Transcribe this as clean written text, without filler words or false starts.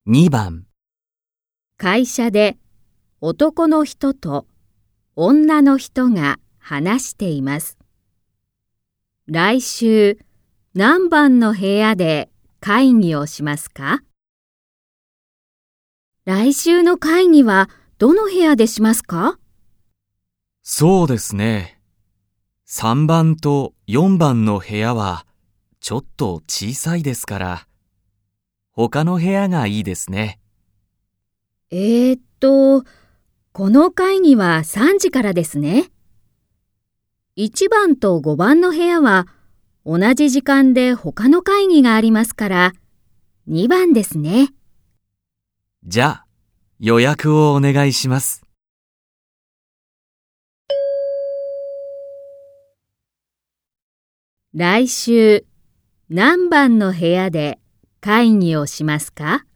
2番、 会社で男の人と女の人が話しています。来週何番の部屋で会議をしますか？来週の会議はどの部屋でしますか？ そうですね。3番と4番の部屋はちょっと小さいですから、他の部屋がいいですね。 この会議は3時からですね。1番と5番の部屋は同じ時間で他の会議がありますから2番ですね。 じゃあ、予約をお願いします。 来週何番の部屋で会議をしますか？